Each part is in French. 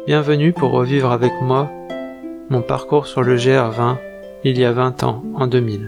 Bienvenue pour revivre avec moi mon parcours sur le GR20 il y a 20 ans, en 2000.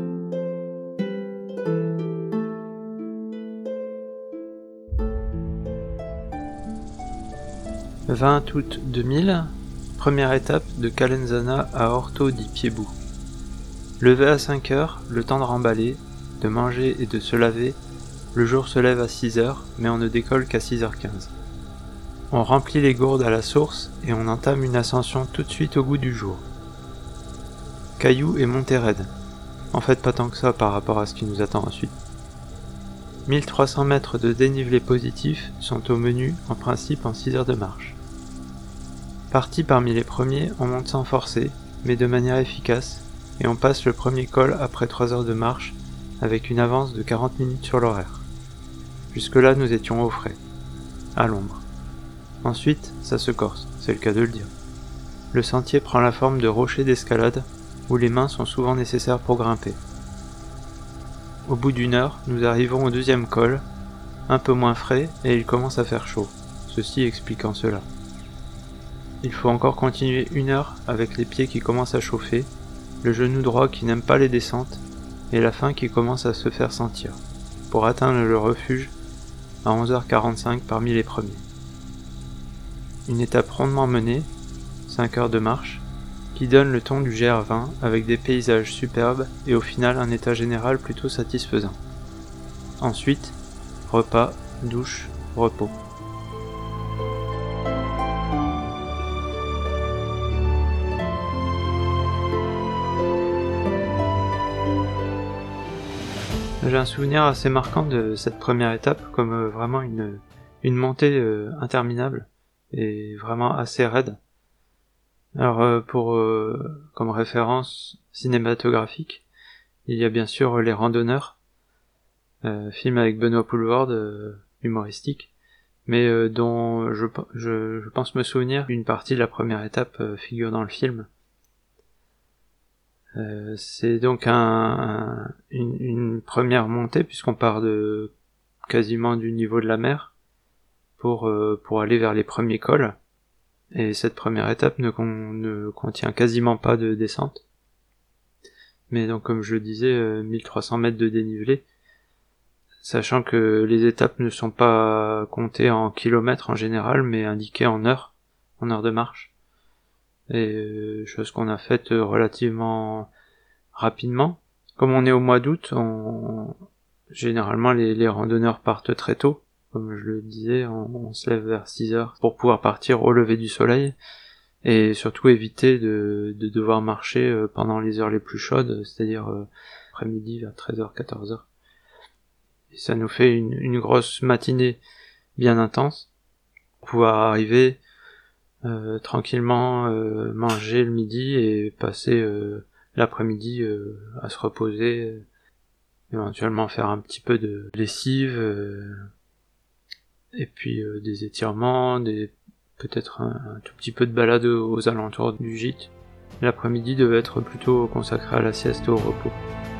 « 20 août 2000, première étape de Calenzana à Orto di Piebù. Levé à 5 heures, le temps de remballer, de manger et de se laver, le jour se lève à 6 heures, mais on ne décolle qu'à 6h15. On remplit les gourdes à la source et on entame une ascension tout de suite au goût du jour. Cailloux et montée raide. En fait, pas tant que ça par rapport à ce qui nous attend ensuite. 1300 mètres de dénivelé positif sont au menu, en principe en 6 heures de marche. Parti parmi les premiers, on monte sans forcer, mais de manière efficace, et on passe le premier col après 3 heures de marche, avec une avance de 40 minutes sur l'horaire. Jusque-là, nous étions au frais, à l'ombre. Ensuite, ça se corse, c'est le cas de le dire. Le sentier prend la forme de rochers d'escalade, où les mains sont souvent nécessaires pour grimper. Au bout d'une heure, nous arrivons au deuxième col, un peu moins frais, et il commence à faire chaud, ceci expliquant cela. Il faut encore continuer 1 heure avec les pieds qui commencent à chauffer, le genou droit qui n'aime pas les descentes, et la faim qui commence à se faire sentir, pour atteindre le refuge à 11h45 parmi les premiers. Une étape rondement menée, 5 heures de marche, qui donne le ton du GR20 avec des paysages superbes et au final un état général plutôt satisfaisant. Ensuite, repas, douche, repos. J'ai un souvenir assez marquant de cette première étape comme vraiment une montée interminable et vraiment assez raide. Alors comme référence cinématographique, il y a bien sûr Les Randonneurs, film avec Benoît Poelvoorde, humoristique, mais dont je pense me souvenir qu'une partie de la première étape figure dans le film. C'est donc une première montée puisqu'on part de quasiment du niveau de la mer pour aller vers les premiers cols. Et cette première étape ne contient quasiment pas de descente. Mais donc comme je le disais, 1300 mètres de dénivelé, sachant que les étapes ne sont pas comptées en kilomètres en général, mais indiquées en heures de marche. Et chose qu'on a faite relativement rapidement. Comme on est au mois d'août, généralement les randonneurs partent très tôt. Comme je le disais, on se lève vers 6 heures pour pouvoir partir au lever du soleil et surtout éviter de devoir marcher pendant les heures les plus chaudes, c'est-à-dire après-midi vers 13h, 14h. Et ça nous fait une grosse matinée bien intense pour pouvoir arriver tranquillement manger le midi et passer l'après-midi à se reposer, éventuellement faire un petit peu de lessive, et puis des étirements, peut-être un tout petit peu de balade aux alentours du gîte. L'après-midi devait être plutôt consacré à la sieste et au repos.